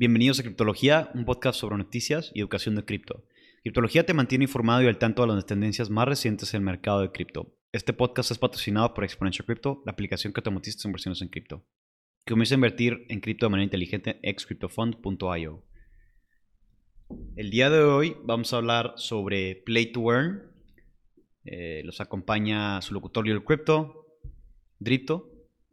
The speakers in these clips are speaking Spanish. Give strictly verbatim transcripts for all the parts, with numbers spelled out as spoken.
Bienvenidos a Criptología, un podcast sobre noticias y educación de cripto. Criptología te mantiene informado y al tanto de las tendencias más recientes en el mercado de cripto. Este podcast es patrocinado por Exponential Crypto, la aplicación que automatiza tus inversiones en cripto. Comienza a invertir en cripto de manera inteligente en ex crypto fund punto io. El día de hoy vamos a hablar sobre Play to Earn. Eh, los acompaña su locutor Little Crypto, Dripto.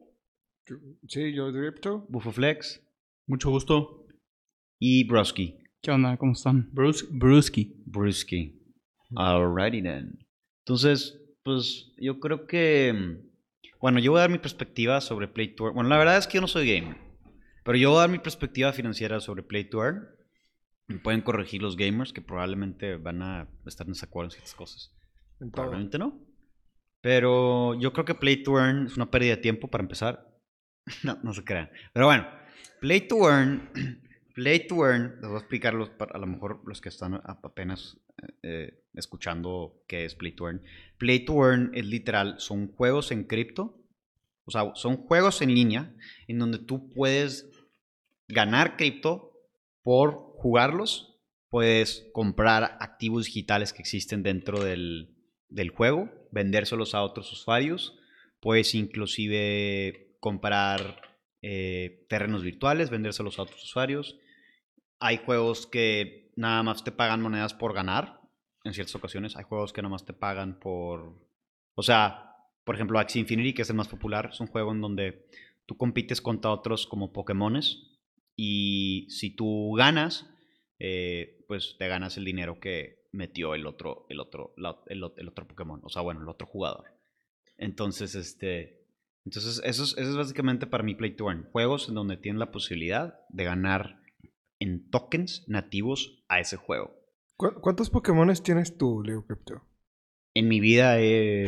Sí, yo Dripto. Bufoflex. Mucho gusto. Y Broski. ¿Qué onda? ¿Cómo están? Bruce, Brusky. Brusky. Alrighty then. Entonces, pues yo creo que... Bueno, yo voy a dar mi perspectiva sobre Play to Earn. Bueno, la verdad es que yo no soy gamer. Pero yo voy a dar mi perspectiva financiera sobre Play to Earn. Me pueden corregir los gamers que probablemente van a estar en desacuerdo en ciertas cosas. En todo. Probablemente no. Pero yo creo que Play to Earn es una pérdida de tiempo para empezar. no, no se crean. Pero bueno, Play to Earn... Play to Earn, les voy a explicar los, a lo mejor los que están apenas eh, escuchando qué es Play to Earn. Play to Earn es literal, son juegos en cripto, o sea, son juegos en línea en donde tú puedes ganar cripto por jugarlos, puedes comprar activos digitales que existen dentro del, del juego, vendérselos a otros usuarios, puedes inclusive comprar eh, terrenos virtuales, vendérselos a otros usuarios. Hay juegos que nada más te pagan monedas por ganar, en ciertas ocasiones. Hay juegos que nada más te pagan por... O sea, por ejemplo, Axie Infinity, que es el más popular, es un juego en donde tú compites contra otros como Pokémones y si tú ganas, eh, pues te ganas el dinero que metió el otro, el otro, la, el, el otro Pokémon. O sea, bueno, el otro jugador. Entonces, este... Entonces, eso es, eso es básicamente para mí Play to Earn. Juegos en donde tienes la posibilidad de ganar en tokens nativos a ese juego. ¿Cu- ¿Cuántos Pokémones tienes tú, Leo Crypto? En mi vida he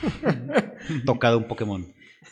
tocado un Pokémon.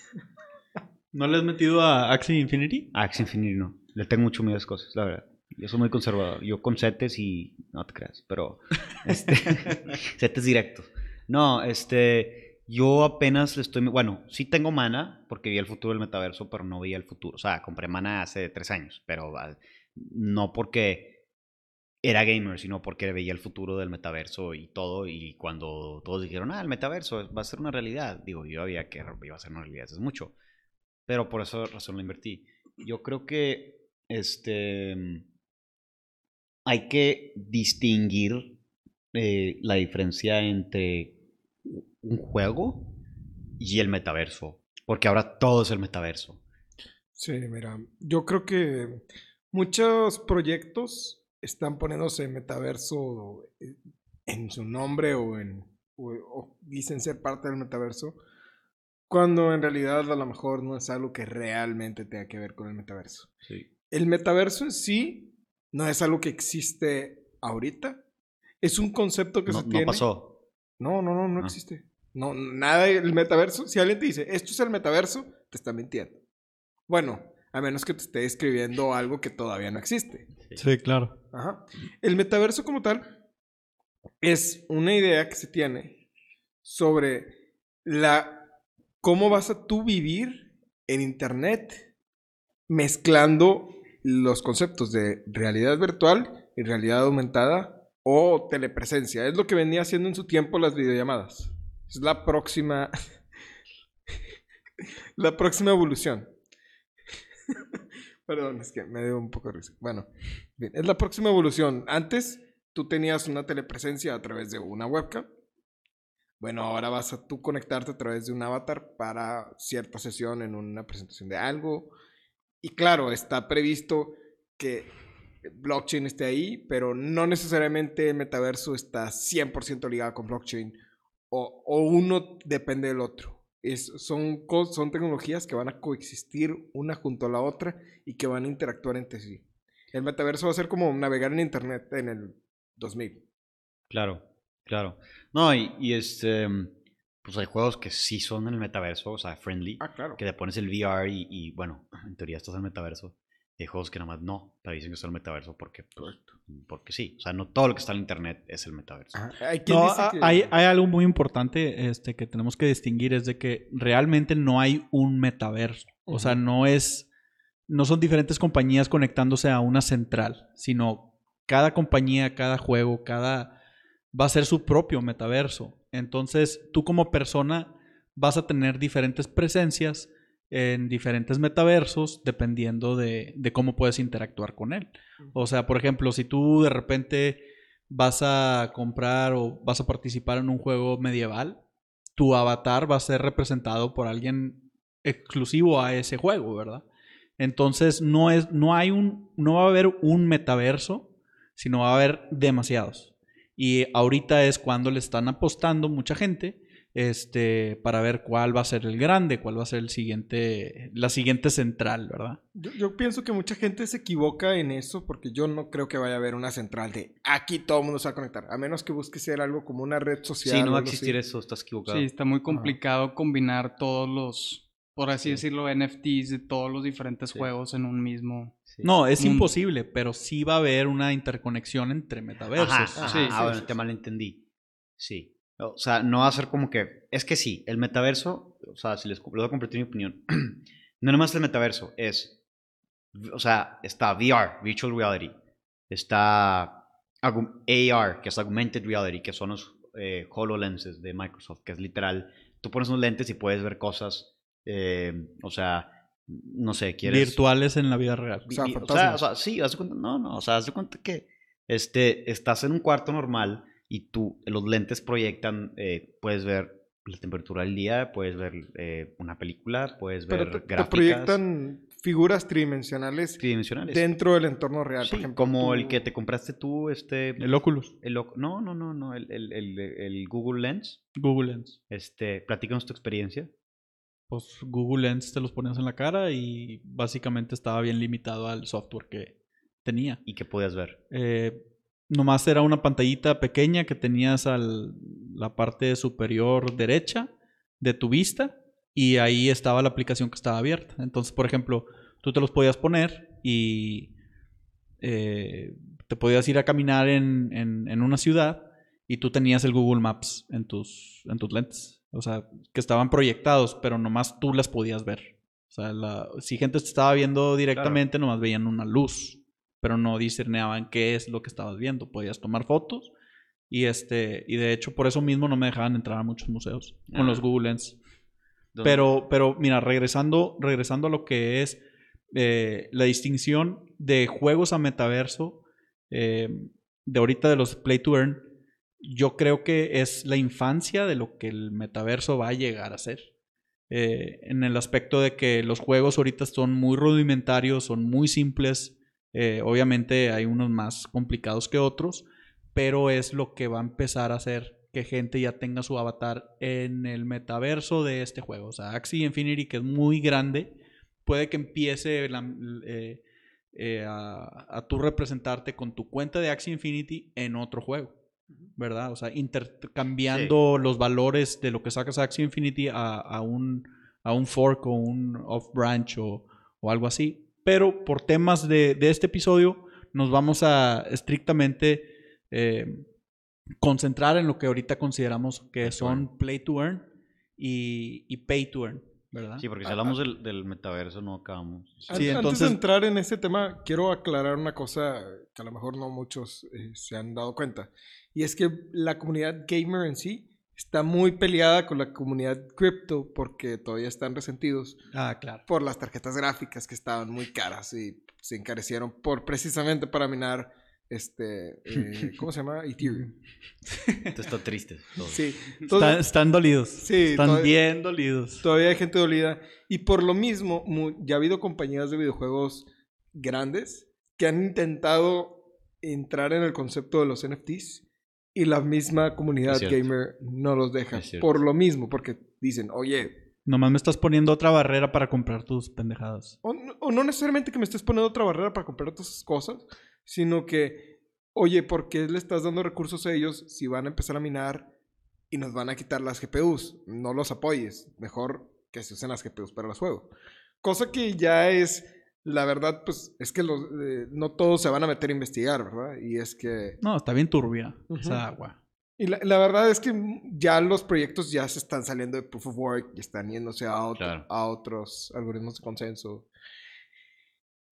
¿No le has metido a Axie Infinity? A Axie Infinity no. Le tengo mucho miedo a las cosas, la verdad. Yo soy muy conservador. Yo con setes y... No te creas, pero... Este, setes directos. No, este... Yo apenas le estoy... Bueno, sí tengo mana porque vi el futuro del metaverso, pero no veía el futuro. O sea, compré mana hace tres años, pero... No porque era gamer, sino porque veía el futuro del metaverso y todo. Y cuando todos dijeron, ah, el metaverso va a ser una realidad, digo, yo había que iba a ser una realidad hace mucho. Pero por esa razón lo invertí. Yo creo que este hay que distinguir eh, la diferencia entre un juego y el metaverso. Porque ahora todo es el metaverso. Sí, mira, yo creo que muchos proyectos están poniéndose metaverso en su nombre o, en, o, o dicen ser parte del metaverso, cuando en realidad a lo mejor no es algo que realmente tenga que ver con el metaverso. Sí. El metaverso en sí no es algo que existe ahorita. Es un concepto que no, se no tiene. pasó. No, no, no, no Ah. existe. No, nada del metaverso. Si alguien te dice, esto es el metaverso, te está mintiendo. Bueno, a menos que te esté describiendo algo que todavía no existe. Sí, claro. Ajá. El metaverso como tal es una idea que se tiene sobre la cómo vas a tú vivir en internet mezclando los conceptos de realidad virtual y realidad aumentada o telepresencia. Es lo que venía haciendo en su tiempo las videollamadas. Es la próxima la próxima evolución. Perdón, es que me dio un poco de risa. Bueno, bien, es la próxima evolución. Antes tú tenías una telepresencia a través de una webcam. Bueno, ahora vas a tú conectarte a través de un avatar para cierta sesión en una presentación de algo. Y claro, está previsto que blockchain esté ahí, pero no necesariamente el metaverso está cien por ciento ligado con blockchain. O, o uno depende del otro. Es, son, son tecnologías que van a coexistir una junto a la otra y que van a interactuar entre sí. El metaverso va a ser como navegar en internet en el dos mil. Claro, claro. No, y, y este, pues hay juegos que sí son en el metaverso, o sea, friendly, Ah, claro. que te pones el V R y, y bueno, en teoría estás en el metaverso. Y hay juegos que nada más no, te dicen que está en el metaverso porque, pues, porque sí. O sea, no todo lo que está en internet es el metaverso. Ajá. Hay quien No, dice a- que... hay, hay algo muy importante este, que tenemos que distinguir, es de que realmente no hay un metaverso. O sea, Ujú. no es no son diferentes compañías conectándose a una central, sino cada compañía, cada juego, cada va a ser su propio metaverso. Entonces, tú como persona vas a tener diferentes presencias en diferentes metaversos dependiendo de, de cómo puedes interactuar con él. O sea, por ejemplo, si tú de repente vas a comprar o vas a participar en un juego medieval, tu avatar va a ser representado por alguien exclusivo a ese juego, ¿verdad? Entonces no es, no hay un, no va a haber un metaverso, sino va a haber demasiados. Y ahorita es cuando le están apostando mucha gente, este, para ver cuál va a ser el grande, cuál va a ser el siguiente, la siguiente central, ¿verdad? Yo, yo pienso que mucha gente se equivoca en eso porque yo no creo que vaya a haber una central de aquí todo el mundo se va a conectar, a menos que busque ser algo como una red social. Sí, no o va a algo existir así. eso, estás equivocado. Sí, está muy complicado combinar todos los, por así Sí. decirlo, N F Ts de todos los diferentes Sí. juegos en un mismo... Sí. No, es Mundo. imposible, pero sí va a haber una interconexión entre metaversos. Ajá, ajá, Sí, ah, sí, bueno, sí, te sí. malentendí. Sí. O sea, no va a ser como que... Es que sí, el metaverso, o sea, si les, les voy a compartir mi opinión, no nomás el metaverso, es... O sea, está V R, Virtual Reality. Está agu- A R, que es Augmented Reality, que son los eh, HoloLenses de Microsoft, que es literal... Tú pones unos lentes y puedes ver cosas, eh, o sea, no sé, quieres... Virtuales en la vida real. O sea, Vi- vi- o, sea, fantasmas. o sea, sí, haz de cuenta, no, no, o sea, haz de cuenta que este, estás en un cuarto normal y tú, los lentes proyectan, eh, puedes ver la temperatura del día, puedes ver eh, una película, puedes ver Pero te, te gráficas proyectan figuras tridimensionales tridimensionales. dentro del entorno real. Sí, Por ejemplo, como tú- el que te compraste tú, este... El Oculus, el oc- no, no, no, no, el, el, el, el Google Lens. Google Lens. Este, platícanos tu experiencia. Pues Google Lens te los ponías en la cara y básicamente estaba bien limitado al software que tenía. ¿Y qué podías ver? Eh, nomás era una pantallita pequeña que tenías a la parte superior derecha de tu vista y ahí estaba la aplicación que estaba abierta. Entonces, por ejemplo, tú te los podías poner y eh, te podías ir a caminar en, en, en una ciudad y tú tenías el Google Maps en tus, en tus lentes. O sea, que estaban proyectados, pero nomás tú las podías ver. O sea, la, si gente te estaba viendo directamente, nomás veían una luz, pero no discernían qué es lo que estabas viendo. Podías tomar fotos y este y de hecho por eso mismo no me dejaban entrar a muchos museos con Ah. los Google Lens. ¿Dónde? Pero, pero mira, regresando, regresando a lo que es eh, la distinción de juegos a metaverso, eh, de ahorita de los Play to Earn, yo creo que es la infancia de lo que el metaverso va a llegar a ser. Eh, en el aspecto de que los juegos ahorita son muy rudimentarios, son muy simples. Eh, obviamente hay unos más complicados que otros, pero es lo que va a empezar a hacer que gente ya tenga su avatar en el metaverso de este juego. O sea, Axie Infinity, que es muy grande, puede que empiece la, eh, eh, a, a tú representarte con tu cuenta de Axie Infinity en otro juego, ¿verdad? O sea, intercambiando sí. los valores de lo que sacas a Axie Infinity a, a, un, a un fork o un off-branch o, o algo así. Pero por temas de, de este episodio nos vamos a estrictamente eh, concentrar en lo que ahorita consideramos que son play to earn y, y pay to earn, ¿verdad? Sí, porque si hablamos ah, del, del metaverso no acabamos. Sí, antes entonces... de entrar en ese tema, quiero aclarar una cosa que a lo mejor no muchos eh, se han dado cuenta. Y es que la comunidad gamer en sí está muy peleada con la comunidad cripto porque todavía están resentidos ah, claro. por las tarjetas gráficas que estaban muy caras y se encarecieron por precisamente para minar este eh, ¿cómo se llama? Ethereum. Está triste. Todo. Sí. Entonces, están, están dolidos. Sí, están todavía, bien dolidos. Todavía hay gente dolida y por lo mismo muy, ya ha habido compañías de videojuegos grandes que han intentado entrar en el concepto de los N F Ts y la misma comunidad gamer no los deja por lo mismo, porque dicen, oye... Nomás me estás poniendo otra barrera para comprar tus pendejadas. O, o no necesariamente que me estés poniendo otra barrera para comprar todas esas cosas, sino que, oye, ¿por qué le estás dando recursos a ellos si van a empezar a minar y nos van a quitar las G P Us? No los apoyes. Mejor que se usen las G P Us para los juegos. Cosa que ya es... La verdad, pues, es que los, eh, no todos se van a meter a investigar, ¿verdad? Y es que... No, está bien turbia uh-huh. esa agua. Y la, la verdad es que ya los proyectos ya se están saliendo de Proof of Work y están yéndose a, otro, claro. a otros algoritmos de consenso.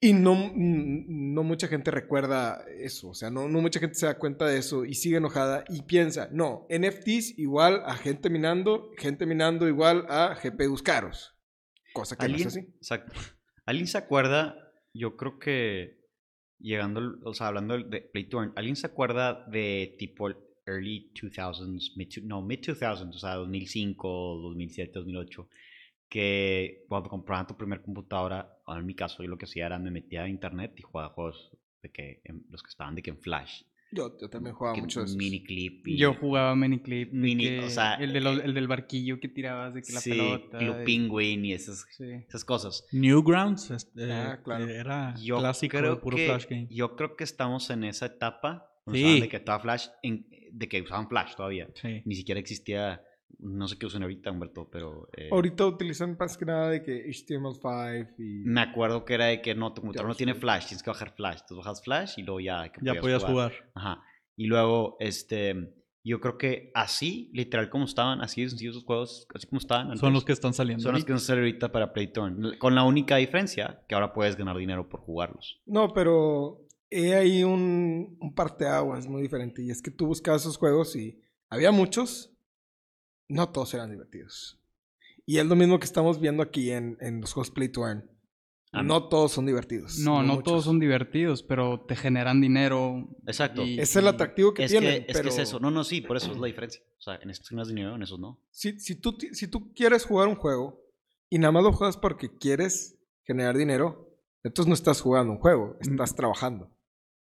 Y no, no mucha gente recuerda eso, o sea, no, no mucha gente se da cuenta de eso y sigue enojada y piensa, no, N F Ts igual a gente minando, gente minando igual a G P Us caros. Cosa que no es ¿Alguien, así. exacto. ¿Alguien se acuerda? Yo creo que llegando, o sea, hablando de Play to Earn, ¿alguien se acuerda de tipo early two thousands, mid, no, mid two thousands, o sea, dos mil cinco, dos mil siete, dos mil ocho, que cuando compraban tu primer computadora, en mi caso yo lo que hacía era me metía a internet y jugaba juegos de que, en, los que estaban de que en Flash. Yo, yo también jugaba que mucho de esos. Miniclip y... Yo jugaba Miniclip. Mini, que o sea, el, de los- el del barquillo que tirabas de que la sí, pelota. Club y- Penguin y esas, Sí. esas cosas. Newgrounds este, Ah, claro. eh, era Yo clásico de creo puro que, Flash Game. Yo creo que estamos en esa etapa donde Sí. usaban de que estaba Flash, en- de que usaban Flash todavía. Sí. Ni siquiera existía, no sé qué usan ahorita, Humberto, pero... eh, Ahorita utilizan más que nada de que H T M L cinco y... me acuerdo que era de que no, tu computadora no tiene JavaScript. Flash, tienes que bajar Flash. Entonces bajas Flash y luego ya... que Ya podías jugar. Ajá. Y luego, este... Yo creo que así, literal como estaban, así de sencillos esos juegos, así como estaban antes, Son los que están saliendo. son los que ahorita. van a salir ahorita para Play to Earn. Con la única diferencia que ahora puedes ganar dinero por jugarlos. No, pero he ahí un, un parteaguas muy diferente. Y es que tú buscabas esos juegos y había muchos, no todos eran divertidos. Y es lo mismo que estamos viendo aquí en, en los juegos Play to Earn. Ah, No todos son divertidos. No, no muchos. todos son divertidos, pero te generan dinero. Exacto. y- Es el atractivo que Es tienen. que, es pero que es eso. No, no, sí, por eso es la diferencia. O sea, en estos ganas dinero, en esos no. Si, si, tú, ti- si tú quieres jugar un juego y nada más lo juegas porque quieres generar dinero, entonces no estás jugando un juego, estás trabajando.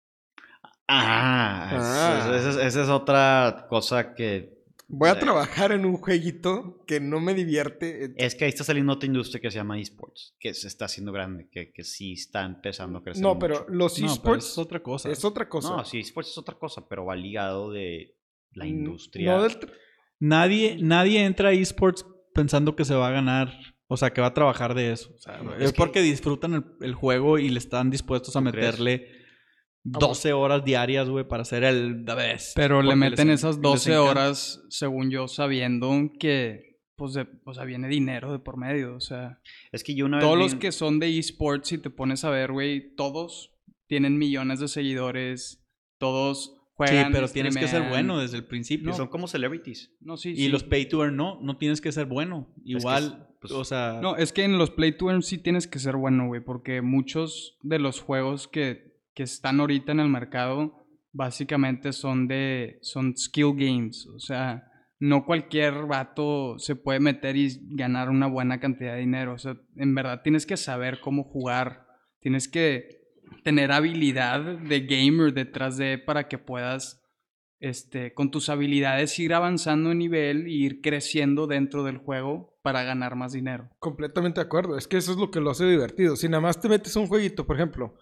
Ah, Ah. Esa, es, esa es otra cosa que... Voy a Eh. trabajar en un jueguito que no me divierte. Es que ahí está saliendo otra industria que se llama esports, que se está haciendo grande, que, que sí está empezando a crecer No, mucho. pero los No, pero esports es otra cosa. es otra cosa. No, sí, esports es otra cosa, pero va ligado de la Mm, industria. No del tr- Nadie, nadie entra a esports pensando que se va a ganar, o sea, que va a trabajar de eso. O sea, Es es que- porque disfrutan el, el juego y le están dispuestos a ¿Tú crees? meterle doce horas diarias, güey, para hacer el the best. Pero le Porque meten les- esas les doce encanta. horas, según yo, sabiendo que, pues, de- o sea, viene dinero de por medio. O sea, Es que yo una vez todos vi los un- que son de esports, si te pones a ver, güey, todos tienen millones de seguidores, todos Sí, juegan. pero tienes que ser streamean. bueno desde el principio. son como celebrities. No, sí, Y sí. los pay to earn no, no tienes que ser bueno. que Igual, es- pues, o sea, No, es que en los Play to Earn sí tienes que ser bueno, güey, porque muchos de los juegos que, que están ahorita en el mercado básicamente son de son skill games, o sea, no cualquier vato se puede meter y ganar una buena cantidad de dinero, o sea, en verdad tienes que saber cómo jugar, tienes que tener habilidad de gamer detrás de para que puedas este, con tus habilidades ir avanzando de nivel e ir creciendo dentro del juego para ganar más dinero. Completamente de acuerdo. Es que eso es lo que lo hace divertido. Si nada más te metes a un jueguito, por ejemplo.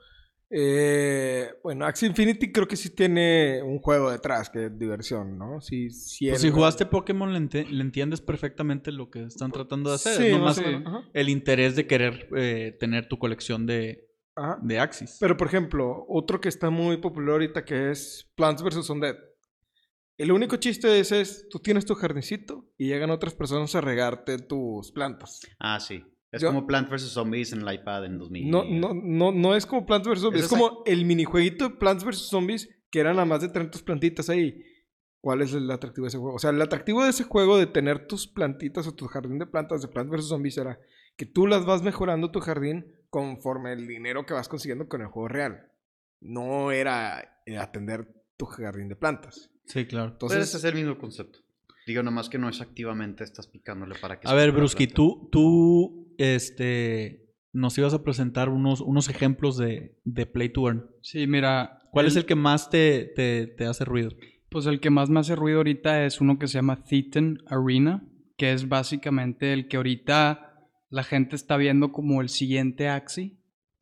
eh, bueno, Axie Infinity creo que sí tiene un juego detrás que es diversión, ¿no? Sí, sí pues el- si jugaste Pokémon le, ente- le entiendes perfectamente lo que están tratando de hacer. Sí, es más nomás o menos, ajá. el interés de querer eh, tener tu colección de, Ajá. de Axis. Pero por ejemplo, otro que está muy popular ahorita que es Plants versus. Undead. El único chiste de ese es, tú tienes tu jardincito y llegan otras personas a regarte tus plantas. Ah, sí. Es Yo- como Plant versus. Zombies en el iPad en dos mil. No, no, no, no es como Plants versus. Zombies, Es es como el minijueguito de Plants versus. Zombies que eran nada más de tener tus plantitas ahí. ¿Cuál es el atractivo de ese juego? O sea, el atractivo de ese juego de tener tus plantitas o tu jardín de plantas de Plants versus. Zombies era que tú las vas mejorando tu jardín conforme el dinero que vas consiguiendo con el juego real. No era eh, atender tu jardín de plantas. Sí, claro. Entonces Entonces, es el mismo concepto. Digo, nomás que no es activamente estás picándole para que... A se ver, ponga la Bruski, planta. tú, tú, este, nos ibas a presentar unos, unos ejemplos de, de Play to Earn. Sí, mira. ¿Cuál es el que más te, te, te hace ruido? Pues el que más me hace ruido ahorita es uno que se llama Thetan Arena, que es básicamente el que ahorita la gente está viendo como el siguiente Axie,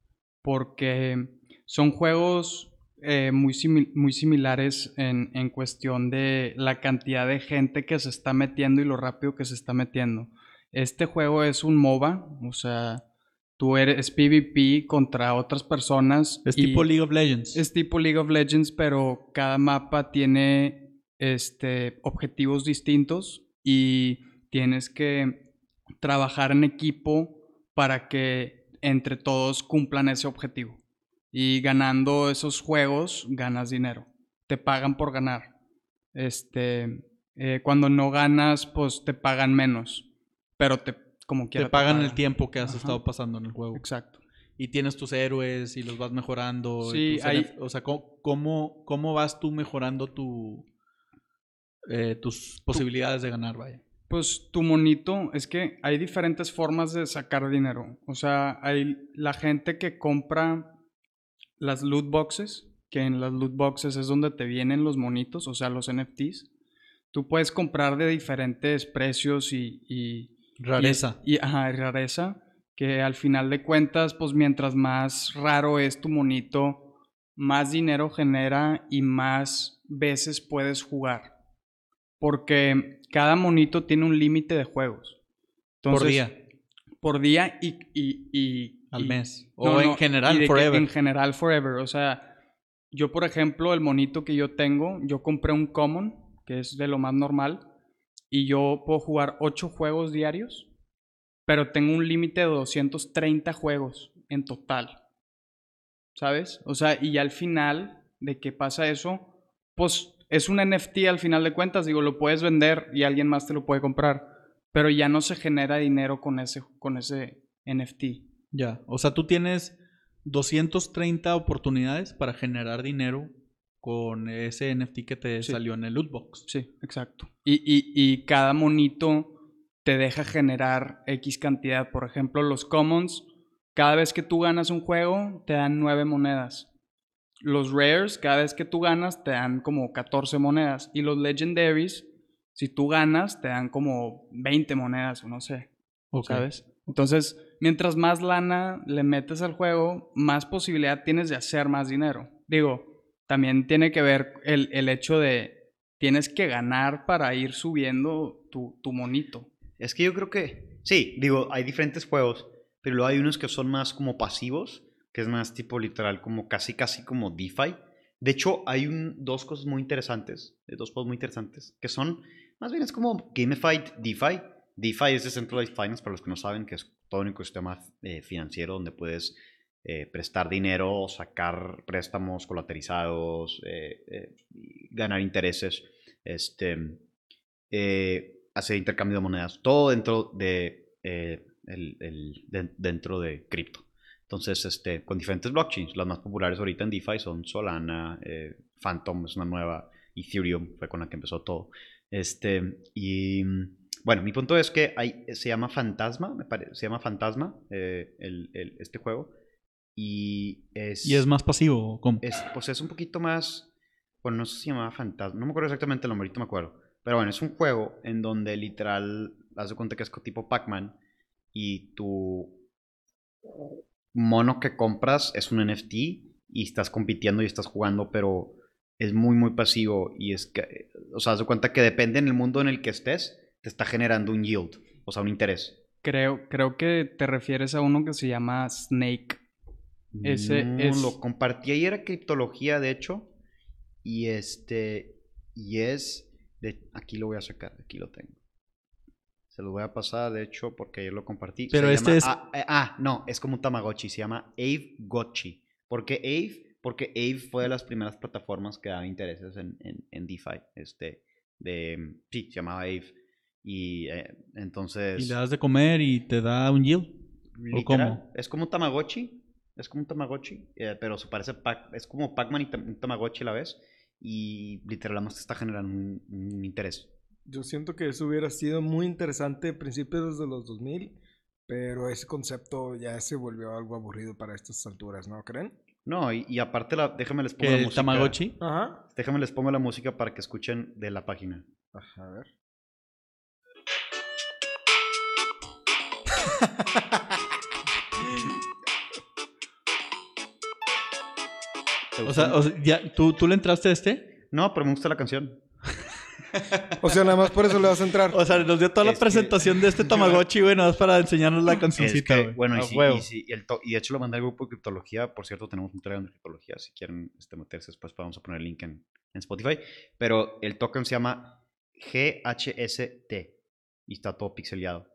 porque son juegos eh, muy, simi- muy similares en, en cuestión de la cantidad de gente que se está metiendo y lo rápido que se está metiendo. Este juego es un MOBA, o sea, tú eres PvP contra otras personas. Es y- tipo League of Legends. es tipo League of Legends, pero cada mapa tiene este, objetivos distintos y tienes que trabajar en equipo para que entre todos cumplan ese objetivo. Y ganando esos juegos, ganas dinero. Te pagan por ganar. Este, eh, cuando no ganas, pues te pagan menos. Pero te, como quiera, Te pagan el pagan. tiempo que has Ajá. estado pasando en el juego. Exacto. Y tienes tus héroes y los vas mejorando. y Sí, tus hay- N F O sea, ¿cómo, cómo, cómo vas tú mejorando tu, eh, tus posibilidades de ganar, vaya? Pues tu monito, es que hay diferentes formas de sacar dinero. O sea, hay la gente que compra las loot boxes, que en las loot boxes es donde te vienen los monitos, o sea, los N F Ts. Tú puedes comprar de diferentes precios y... y Rareza. Y, y, ajá, rareza, que al final de cuentas, pues mientras más raro es tu monito, más dinero genera y más veces puedes jugar. Porque cada monito tiene un límite de juegos. Por Entonces, día, Por día y... y, y al y- mes. no, O en no, general, y de que forever. En general, forever. O sea, yo, por ejemplo, el monito que yo tengo, yo compré un common, que es de lo más normal, y yo puedo jugar ocho juegos diarios, pero tengo un límite de doscientos treinta juegos en total. ¿Sabes? O sea, y ya al final de que pasa eso, pues es un N F T al final de cuentas, digo, lo puedes vender y alguien más te lo puede comprar, pero ya no se genera dinero con ese, con ese N F T. Ya. O sea, tú tienes doscientas treinta oportunidades para generar dinero con ese N F T que te Sí. salió en el loot box. Sí, exacto. Y, y, y cada monito te deja generar X cantidad. Por ejemplo, los commons, cada vez que tú ganas un juego, te dan nueve monedas. Los rares, cada vez que tú ganas, te dan como catorce monedas. Y los legendaries, si tú ganas, te dan como veinte monedas o no sé. Ok. ¿Sabes? Entonces, mientras más lana le metes al juego, más posibilidad tienes de hacer más dinero. Digo, también tiene que ver el, el hecho de tienes que ganar para ir subiendo tu, tu monito. Es que yo creo que, sí, digo, hay diferentes juegos, pero luego hay unos que son más como pasivos, que es más tipo literal, como casi, casi como DeFi. De hecho, hay un, dos cosas muy interesantes, eh, dos juegos muy interesantes, que son, más bien es como gamified DeFi. DeFi es Decentralized Finance, para los que no saben, que es todo un ecosistema eh, financiero donde puedes eh, prestar dinero, sacar préstamos colaterizados, eh, eh, ganar intereses, este, eh, hacer intercambio de monedas, todo dentro de, eh, el, el, de, dentro de cripto. Entonces, este, con diferentes blockchains, las más populares ahorita en DeFi son Solana, eh, Phantom es una nueva, Ethereum fue con la que empezó todo. Este, y bueno, mi punto es que hay, se llama Fantasma, me parece, se llama Fantasma eh, el, el, este juego. Y es, ¿Y es más pasivo? ¿O cómo? es, pues es un poquito más, bueno, no sé si se llamaba Fantasma, no me acuerdo exactamente el nombre, ahorita me acuerdo. Pero bueno, es un juego en donde literal, haz de cuenta que es tipo Pac-Man y tu mono que compras es un N F T y estás compitiendo y estás jugando, pero es muy, muy pasivo y es que, o sea, haz de cuenta que depende en el mundo en el que estés, te está generando un yield, o sea, un interés. Creo, creo que te refieres a uno que se llama Snake. Ese no, es... lo compartí ayer a Criptología, de hecho, y este, y es, de, aquí lo voy a sacar, aquí lo tengo. Se los voy a pasar, de hecho, porque ayer lo compartí. Pero se este llama, es... ah, eh, ah, no, es como un Tamagotchi, se llama Aave Gotchi. ¿Por qué Aave? Porque Aave fue de las primeras plataformas que daba intereses en, en, en DeFi. Este, de, sí, se llamaba Aave. Y eh, entonces... Y le das de comer y te da un yield. ¿O Literal, cómo? es como un Tamagotchi. Es como un Tamagotchi, eh, pero se parece a Pac, es como Pac-Man y tam- un Tamagotchi a la vez. Y literal, además te está generando un, un interés. Yo siento que eso hubiera sido muy interesante a principios de los dos mil, pero ese concepto ya se volvió algo aburrido para estas alturas, ¿no creen? No, y, y aparte, la, déjame les pongo ¿Que la el música. Tamagotchi? Ajá. Déjame les pongo la música para que escuchen de la página. Ajá, a ver. ¿Te O gustó? sea, o sea, ya, ¿tú, ¿tú le entraste a este? No, pero me gusta la canción. O sea, nada más por eso le vas a entrar. O sea, nos dio toda la Es que- presentación de este Tamagotchi, güey, nada más para enseñarnos la Es cancioncita, que, güey. bueno, y, A sí, huevo. y, sí, y, el to- y de hecho lo mandé al grupo de criptología. Por cierto, tenemos un Telegram de criptología. Si quieren este, meterse después, vamos a poner el link en, en Spotify. Pero el token se llama G H S T y está todo pixeleado.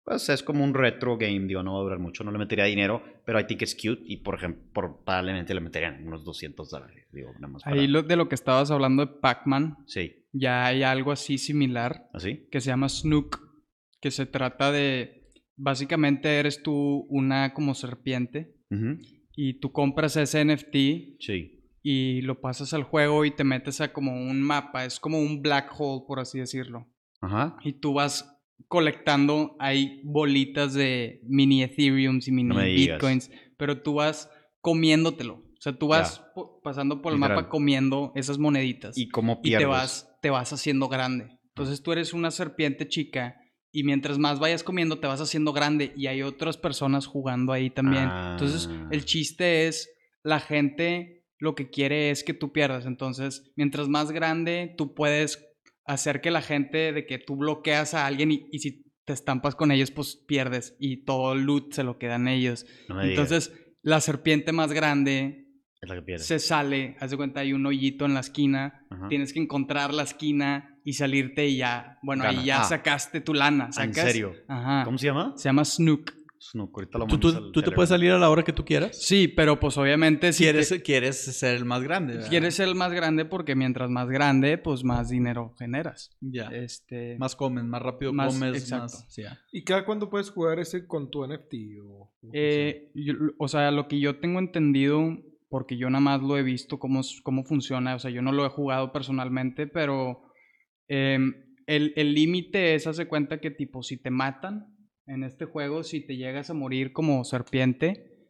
Pues es como un retro game, digo, no va a durar mucho, no le metería dinero, pero hay tickets cute y, por ejemplo, por, probablemente le meterían unos doscientos dólares, digo, nada más para... Ahí lo, de lo que estabas hablando de Pac-Man, Sí, ya hay algo así similar ¿así? que se llama Snook, que se trata de, básicamente eres tú una como serpiente Ujú. y tú compras ese N F T Sí. y lo pasas al juego y te metes a como un mapa, es como un black hole, por así decirlo. Ajá. Y tú vas colectando, hay bolitas de mini Ethereums y mini No me digas. Bitcoins, pero tú vas comiéndotelo. O sea, tú vas Ya. po- pasando por el Literal. mapa comiendo esas moneditas. ¿Y cómo y pierdes? te vas, te vas haciendo grande. Entonces tú eres una serpiente chica y mientras más vayas comiendo te vas haciendo grande y hay otras personas jugando ahí también. Ah. Entonces el chiste es, la gente lo que quiere es que tú pierdas. Entonces, mientras más grande, tú puedes hacer que la gente, de que tú bloqueas a alguien y, y si te estampas con ellos, pues pierdes y todo el loot se lo quedan ellos. No me digas. Entonces, la serpiente más grande Es la que pierde. se sale, haz de cuenta, hay un hoyito en la esquina, Ajá. tienes que encontrar la esquina y salirte y ya, bueno, Ganas. ahí ya Ah. sacaste tu lana. Ah, ¿en ¿Sacas? serio? Ajá. ¿Cómo se llama? Se llama Snook. Snook, ahorita lo ¿Tú, mandas tú, al tú te Telegram. puedes salir a la hora que tú quieras? Sí, pero pues obviamente si ¿Quieres, te- quieres ser el más grande, ¿verdad? quieres ser el más grande porque mientras más grande, pues más dinero generas. Ya. Este, Más comes, más rápido Más- comes, exacto. más... sí, ya. ¿Y cada cuándo puedes jugar ese con tu N F T? O, o eh, yo- o sea, lo que yo tengo entendido, porque yo nada más lo he visto cómo, s- cómo funciona, o sea, yo no lo he jugado personalmente, pero em, el el límite es, hace cuenta que tipo, si te matan en este juego, si te llegas a morir como serpiente,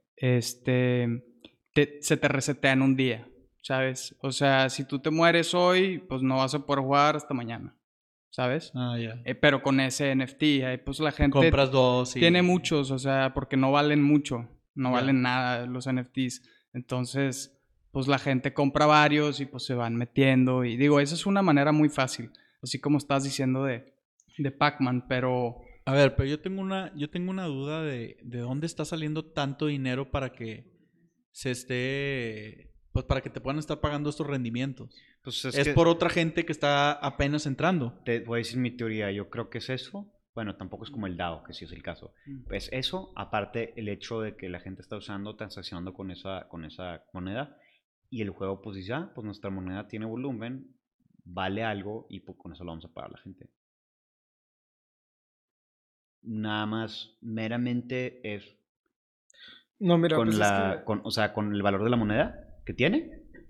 este, te- se te resetea en un día, ¿sabes? O sea, si tú te mueres hoy, pues no vas a poder jugar hasta mañana, ¿sabes? Ah, ya. Eh, pero con ese N F T, ahí, pues la gente Compras dos y... tiene muchos, o sea, porque no valen mucho, no Ya. valen nada los N F Ts. Entonces, pues la gente compra varios y pues se van metiendo. Y digo, esa es una manera muy fácil, así como estás diciendo de, de Pac-Man, pero A ver, pero yo tengo una, yo tengo una duda de, de dónde está saliendo tanto dinero para que se esté... Pues para que te puedan estar pagando estos rendimientos. Pues es, Es, que por otra gente que está apenas entrando. te voy a decir mi teoría. Yo creo que es eso. Bueno, tampoco es como el DAO, que sí es el caso. Es eso, aparte el hecho de que la gente está usando, transaccionando con esa, con esa moneda. Y el juego, pues dice, ah, pues nuestra moneda tiene volumen, vale algo y pues con eso lo vamos a pagar a la gente. Nada más, meramente es No, mira, con pues la, es que... con, o sea, con el valor de la moneda que tiene.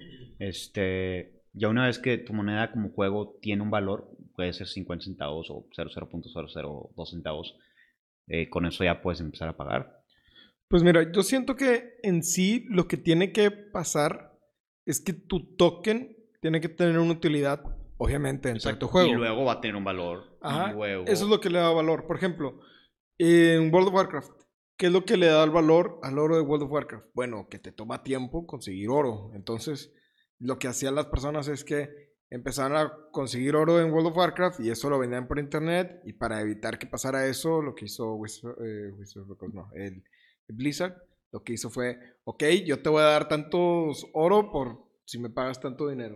Este, ya una vez que tu moneda como juego tiene un valor, puede ser cincuenta centavos o cero punto cero cero dos centavos, eh, con eso ya puedes empezar a pagar. Pues mira, yo siento que en sí lo que tiene que pasar es que tu token tiene que tener una utilidad, obviamente, dentro de tu juego. Y luego va a tener un valor. Ajá, y luego... eso es lo que le da valor. Por ejemplo, en World of Warcraft, ¿qué es lo que le da el valor al oro de World of Warcraft? Bueno, que te toma tiempo conseguir oro. Entonces, lo que hacían las personas es que empezaron a conseguir oro en World of Warcraft y eso lo vendían por internet. Y para evitar que pasara eso, lo que hizo Wizard, eh, Wizard of the Coast, no, el, el Blizzard, lo que hizo fue, ok, yo te voy a dar tantos oro por si me pagas tanto dinero.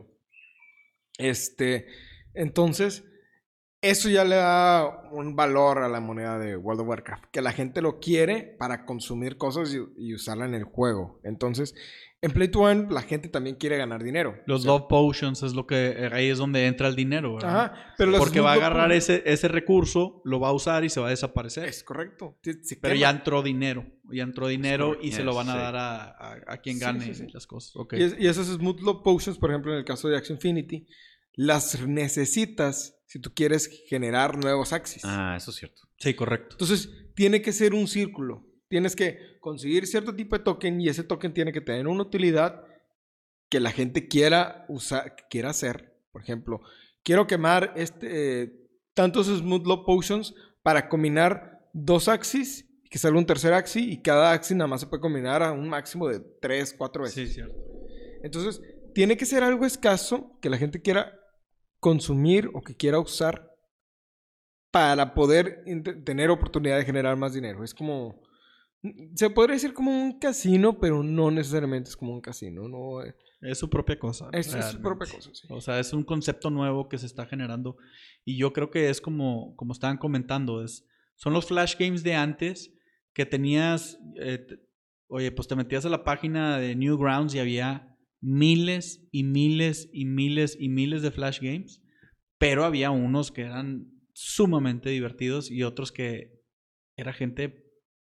Este, entonces, eso ya le da un valor a la moneda de World of Warcraft, que la gente lo quiere para consumir cosas y, y usarla en el juego. Entonces, en Play to Earn la gente también quiere ganar dinero. Los O sea, Love Potions es lo que... Ahí es donde entra el dinero, ¿verdad? Ajá, pero las Porque va a Loot agarrar Potions- ese, ese recurso, lo va a usar y se va a desaparecer. Es correcto. Se- se Pero quema. ya entró dinero. Ya entró dinero correcto. y se lo van a Sí. dar a, a, a quien Sí, gane sí, sí. las cosas. Ok. Y, es- y esas Smooth Loop Potions, por ejemplo, en el caso de Axie Infinity, las necesitas si tú quieres generar nuevos Axis. Ah, eso es cierto. Sí, correcto. Entonces, tiene que ser un círculo. Tienes que conseguir cierto tipo de token y ese token tiene que tener una utilidad que la gente quiera usar, quiera hacer. Por ejemplo, quiero quemar este, eh, tantos Smooth Loop Potions para combinar dos Axis y que salga un tercer Axis y cada Axis nada más se puede combinar a un máximo de tres, cuatro veces. Sí, cierto. Entonces, tiene que ser algo escaso que la gente quiera consumir o que quiera usar para poder int- tener oportunidad de generar más dinero. Es como... Se podría decir como un casino, pero no necesariamente es como un casino. No, eh, Es su propia cosa. es, es su realmente. propia cosa, sí. O sea, es un concepto nuevo que se está generando. Y yo creo que es como, como estaban comentando, es Son los flash games de antes que tenías, eh, t- oye, pues te metías a la página de Newgrounds y había miles y miles y miles y miles de flash games, pero había unos que eran sumamente divertidos y otros que era gente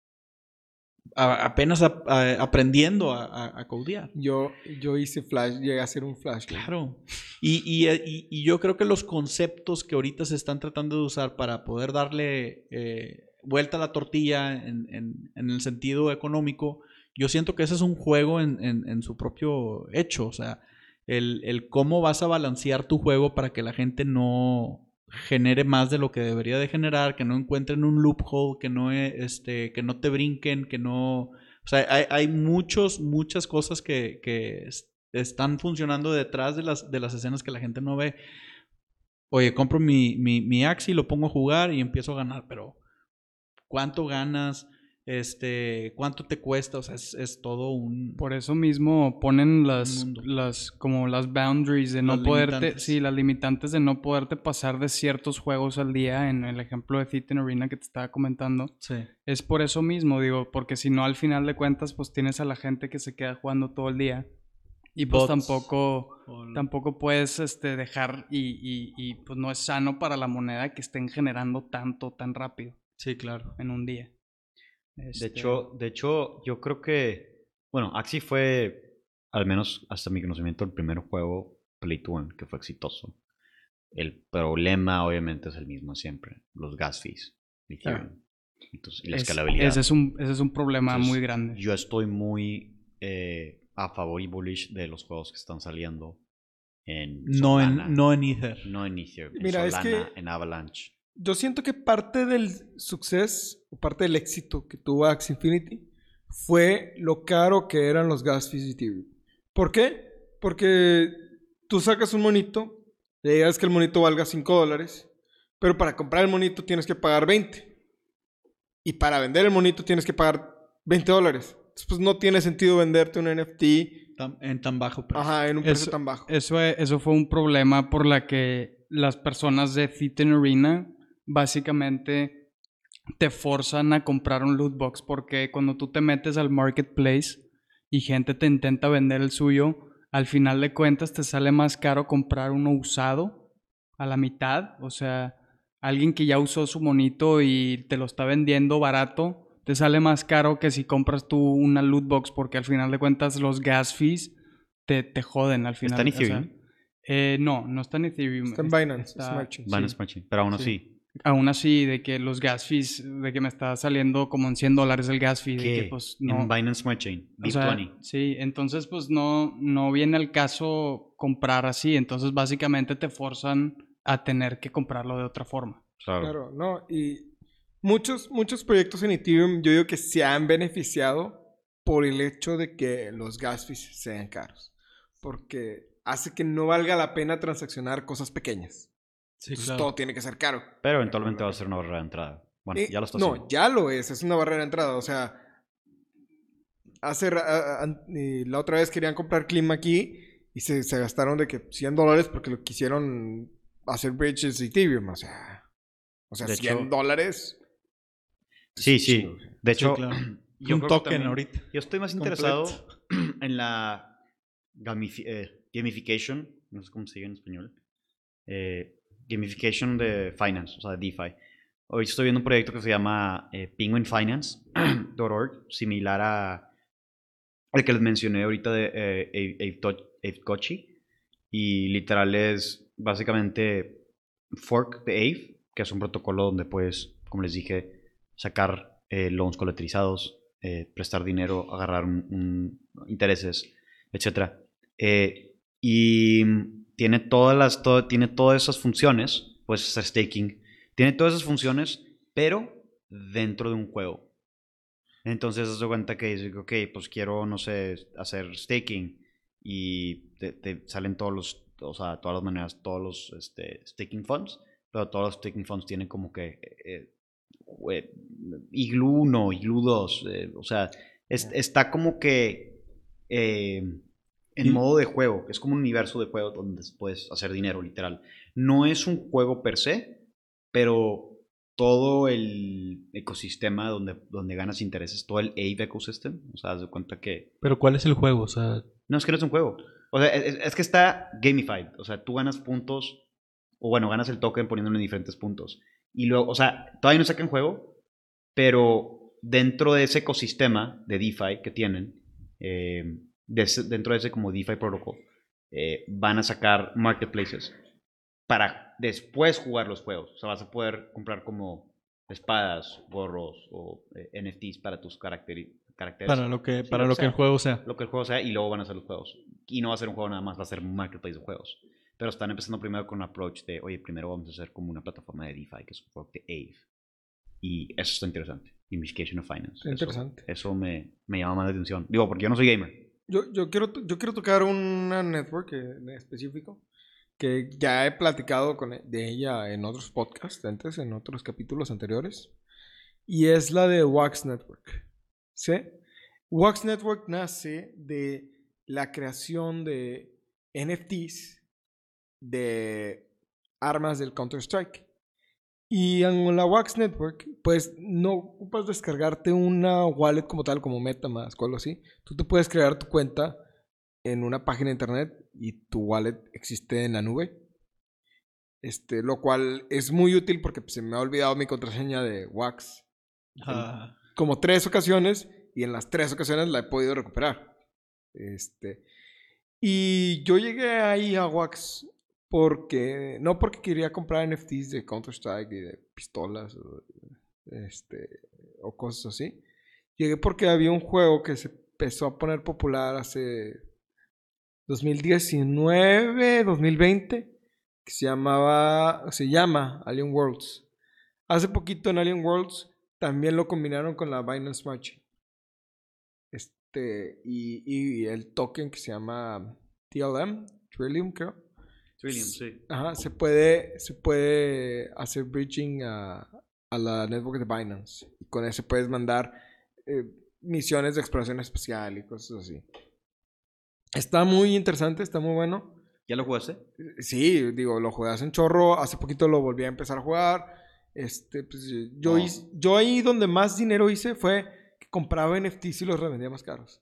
a- apenas a- a- aprendiendo a, a, a codear. Yo, yo hice Flash, llegué a hacer un Flash. game. Claro. Y, y, y, y yo creo que los conceptos que ahorita se están tratando de usar para poder darle eh, vuelta a la tortilla en, en, en el sentido económico, yo siento que ese es un juego en, en, en su propio hecho. O sea, el, el cómo vas a balancear tu juego para que la gente no genere más de lo que debería de generar, que no encuentren un loophole, que no, eh, este, que no te brinquen, que no... O sea, hay, hay muchos, muchas cosas que, que es- están funcionando detrás de las, de las escenas que la gente no ve. Oye, compro mi, mi, mi Axie, lo pongo a jugar y empiezo a ganar, pero ¿cuánto ganas? Este, ¿cuánto te cuesta? O sea, es, es todo un... Por eso mismo ponen las, mundo. las como las boundaries de no Las poderte, limitantes. sí, las limitantes de no poderte pasar de ciertos juegos al día, en el ejemplo de Thieves Arena que te estaba comentando. Sí. Es por eso mismo, digo, porque si no al final de cuentas pues tienes a la gente que se queda jugando todo el día y pues Bots. tampoco O el- tampoco puedes este dejar y, y, y pues no es sano para la moneda que estén generando tanto tan rápido Sí, claro. en un día. De Este, hecho, de hecho, yo creo que, bueno, Axie fue, al menos hasta mi conocimiento, el primer juego Play to Earn que fue exitoso. El problema, obviamente, es el mismo siempre: los gas fees, Ethereum, entonces, y la es- escalabilidad. ese es un ese es un problema Entonces, muy grande. Yo estoy muy eh, a favor y bullish de los juegos que están saliendo en No Solana, en, no en Ether. no en Ethereum, en Mira, es Solana, que- en Avalanche. Yo siento que parte del suceso, o parte del éxito que tuvo Axie Infinity, fue lo caro que eran los gas fees de Ethereum. ¿Por qué? Porque tú sacas un monito, le digas que el monito valga cinco dólares, pero para comprar el monito tienes que pagar veinte. Y para vender el monito tienes que pagar veinte dólares. Entonces, pues no tiene sentido venderte un N F T Tan- en tan bajo precio. ajá, en un precio Eso- tan bajo. Eso, e- eso fue un problema por la que las personas de Thieves Arena básicamente te forzan a comprar un loot box porque cuando tú te metes al marketplace y gente te intenta vender el suyo, al final de cuentas te sale más caro comprar uno usado a la mitad. O sea, alguien que ya usó su monito y te lo está vendiendo barato, te sale más caro que si compras tú una loot box porque al final de cuentas los gas fees te, te joden al final. ¿Está en o sea, Ethereum? eh, no, no está en Ethereum. Está en es- Binance, está- Smart Chain. Van sí. Smart Chain, pero aún Sí. así. Aún así, de que los gas fees, de que me está saliendo como en cien dólares el gas fee, de ¿Qué? que pues no. En Binance Smart Chain, O sea, B veinte. sí, entonces pues no, no viene al caso comprar así, entonces básicamente te forzan a tener que comprarlo de otra forma. Claro. Claro, no, y muchos, muchos proyectos en Ethereum yo digo que se han beneficiado por el hecho de que los gas fees sean caros. Porque hace que no valga la pena transaccionar cosas pequeñas. Sí, Entonces claro. todo tiene que ser caro. Pero eventualmente va a ser una barrera de entrada. Bueno, Eh, ya lo está no, haciendo. ya lo es, es una barrera de entrada. O sea, hace ra- a- a- an- y la otra vez querían comprar clima aquí y se, se gastaron de que cien dólares porque lo quisieron hacer bridges de Ethereum. O sea, o sea De cien hecho- dólares. Sí, sí. De Sí, hecho, claro. yo Un creo que token también- ahorita. Yo estoy más interesado en la gamifi- eh, gamification, no sé cómo se dice en español, eh, gamification de finance, o sea, de DeFi. Hoy estoy viendo un proyecto que se llama eh, penguin finance punto org, similar a el que les mencioné ahorita de eh, Aave- Aave To- Aave Kochi, y literal es básicamente fork de Aave, que es un protocolo donde puedes, como les dije, sacar eh, loans colateralizados, eh, prestar dinero, agarrar un, un- intereses, etcétera. Eh, y tiene todas las, todo, tiene todas esas funciones, puedes hacer staking, tiene todas esas funciones, pero dentro de un juego. Entonces, haz de cuenta que dices, ok, pues quiero, no sé, hacer staking y te, te salen todos los, o sea, todas las maneras, todos los este, staking funds, pero todos los staking funds tienen como que eh, eh, Igloo uno, Igloo dos, eh, o sea, es- está como que eh, en Y- modo de juego, es como un universo de juego donde puedes hacer dinero, literal. No es un juego per se, pero todo el ecosistema donde, donde ganas intereses, todo el Aave ecosystem. O sea, haz de cuenta que... Pero ¿cuál es el juego? O sea, No, es que no es un juego. O sea, es, es que está gamified. O sea, tú ganas puntos, o bueno, ganas el token poniéndolo en diferentes puntos. Y luego, o sea, todavía no sacan juego, pero dentro de ese ecosistema de DeFi que tienen, eh, de ese- dentro de ese como DeFi protocol, eh, van a sacar marketplaces para después jugar los juegos. O sea, vas a poder comprar como espadas, gorros o eh, N F Ts para tus caracteri- caracteres. para lo que, Sí, para lo lo que que el sea. juego sea. Lo que el juego sea y luego van a ser los juegos. Y no va a ser un juego nada más, va a ser un marketplace de juegos. Pero están empezando primero con un approach de, oye, primero vamos a hacer como una plataforma de DeFi, que es un fork de Aave. Y eso está interesante. Gamification of Finance. Está Eso- interesante. Eso, me, me llama más la atención. Digo, porque yo no soy gamer. Yo, yo, quiero, to- yo quiero tocar una network en específico que ya he platicado con, e- de ella en otros podcasts antes, en otros capítulos anteriores. Y es la de Wax Network. ¿Sí? Wax Network nace de la creación de N F Ts de armas del Counter-Strike. Y en la Wax Network, pues no ocupas descargarte una wallet como tal, como MetaMask o algo así. Tú te puedes crear tu cuenta en una página de internet y tu wallet existe en la nube. Este, lo cual es muy útil porque pues, se me ha olvidado mi contraseña de Wax Ah, como tres ocasiones y en las tres ocasiones la he podido recuperar. Este, y yo llegué ahí a Wax porque, no porque quería comprar N F Ts de Counter-Strike y de pistolas o, este, o cosas así. Llegué porque había un juego que se empezó a poner popular hace dos mil diecinueve, dos mil veinte, que se llamaba, se llama Alien Worlds. Hace poquito en Alien Worlds también lo combinaron con la Binance Smart Chain. Este, y, y el token que se llama T L M, Trillium, creo. Trillium, sí. Ajá, se puede, se puede hacer bridging a, a la network de Binance. Y con eso puedes mandar eh, misiones de exploración espacial y cosas así. Está muy interesante, está muy bueno. ¿Ya lo jugaste? Sí, digo, lo jugué hace un chorro. Hace poquito lo volví a empezar a jugar. Este, pues, yo, Oh. hice- yo ahí donde más dinero hice fue que compraba N F Ts y los revendía más caros.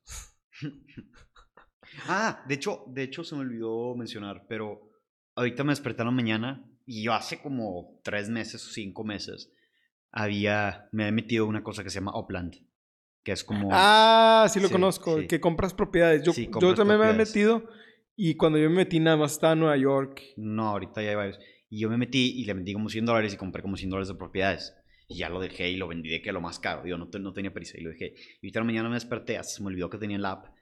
Ah, de hecho, de hecho se me olvidó mencionar, pero ahorita me desperté en la mañana y yo hace como tres meses o cinco meses había, me he metido una cosa que se llama Upland, que es como... Ah, sí lo Sí, conozco, sí. que compras propiedades. Yo, Sí, yo compras también me he propiedades. metido y cuando yo me metí nada más estaba en Nueva York. No, ahorita ya hay varios. Y yo me metí y le metí como cien dólares y compré como cien dólares de propiedades. Y ya lo dejé y lo vendí de que lo más caro. Digo, no, te- no tenía prisa y lo dejé. Y ahorita en la mañana me desperté, hasta se me olvidó que tenía el app.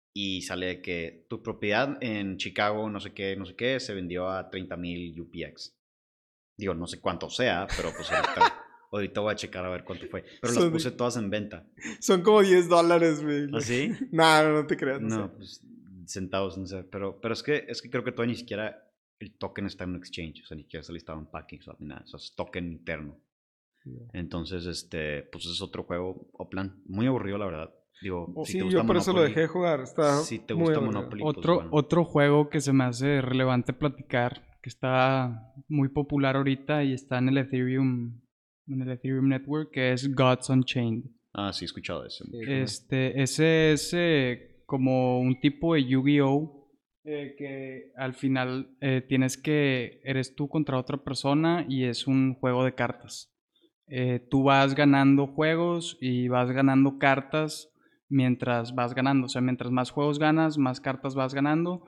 Y sale de que tu propiedad en Chicago, no sé qué, no sé qué, se vendió a treinta mil U P X. Digo, no sé cuánto sea, pero pues ahorita, ahorita voy a checar a ver cuánto fue. Pero las Son- puse todas en venta. Son como diez dólares, güey. ¿Ah, sí? No, no, no te creas. No, No, sé. pues centavos, no sé. Pero, pero es, que, es que creo que todavía ni siquiera el token está en un exchange. O sea, ni siquiera está listado en PancakeSwap ni nada. O sea, es token interno. Entonces, este, pues es otro juego, Upland. Muy aburrido, la verdad. Digo, si Sí, te gusta yo por eso lo Monopoly, dejé de jugar. Está si te muy gusta aburrido. Monopoly, pues, Otro, bueno. otro juego que se me hace relevante platicar, que está muy popular ahorita y está en el Ethereum, en el Ethereum Network, que es Gods Unchained. Ah, sí, he escuchado eso. Sí, Este, ese es eh, como un tipo de Yu-Gi-Oh! Eh, que al final eh, tienes que, eres tú contra otra persona y es un juego de cartas. Eh, tú vas ganando juegos y vas ganando cartas mientras vas ganando. O sea, mientras más juegos ganas, más cartas vas ganando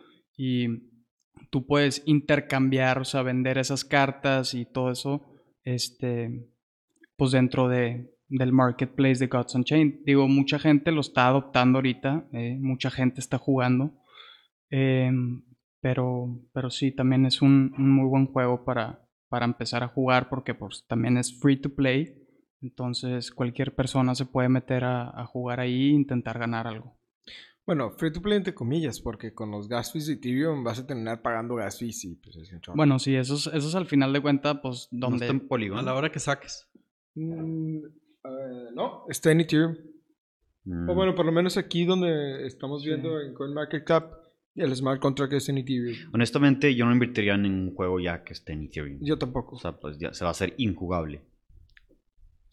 y tú puedes intercambiar, o sea, vender esas cartas y todo eso, este, pues dentro de, del marketplace de Gods Unchained. Digo, mucha gente lo está adoptando ahorita, eh, mucha gente está jugando, eh, pero, pero sí, también es un, un muy buen juego para, para empezar a jugar porque pues, también es free to play. Entonces cualquier persona se puede meter a, a jugar ahí e intentar ganar algo. Bueno, free to play entre comillas, porque con los gas fees de Ethereum vas a terminar pagando gas fees y pues es un chorro. Bueno, sí, eso es, eso es al final de cuentas, pues, ¿No donde... está en Polygon? a la hora que saques. Mm, eh, no, está en Ethereum. Mm. O bueno, por lo menos aquí donde estamos viendo en CoinMarketCap, el smart contract es en Ethereum. Honestamente, yo no invertiría en un juego ya que esté en Ethereum. Yo tampoco. O sea, pues ya se va a hacer injugable.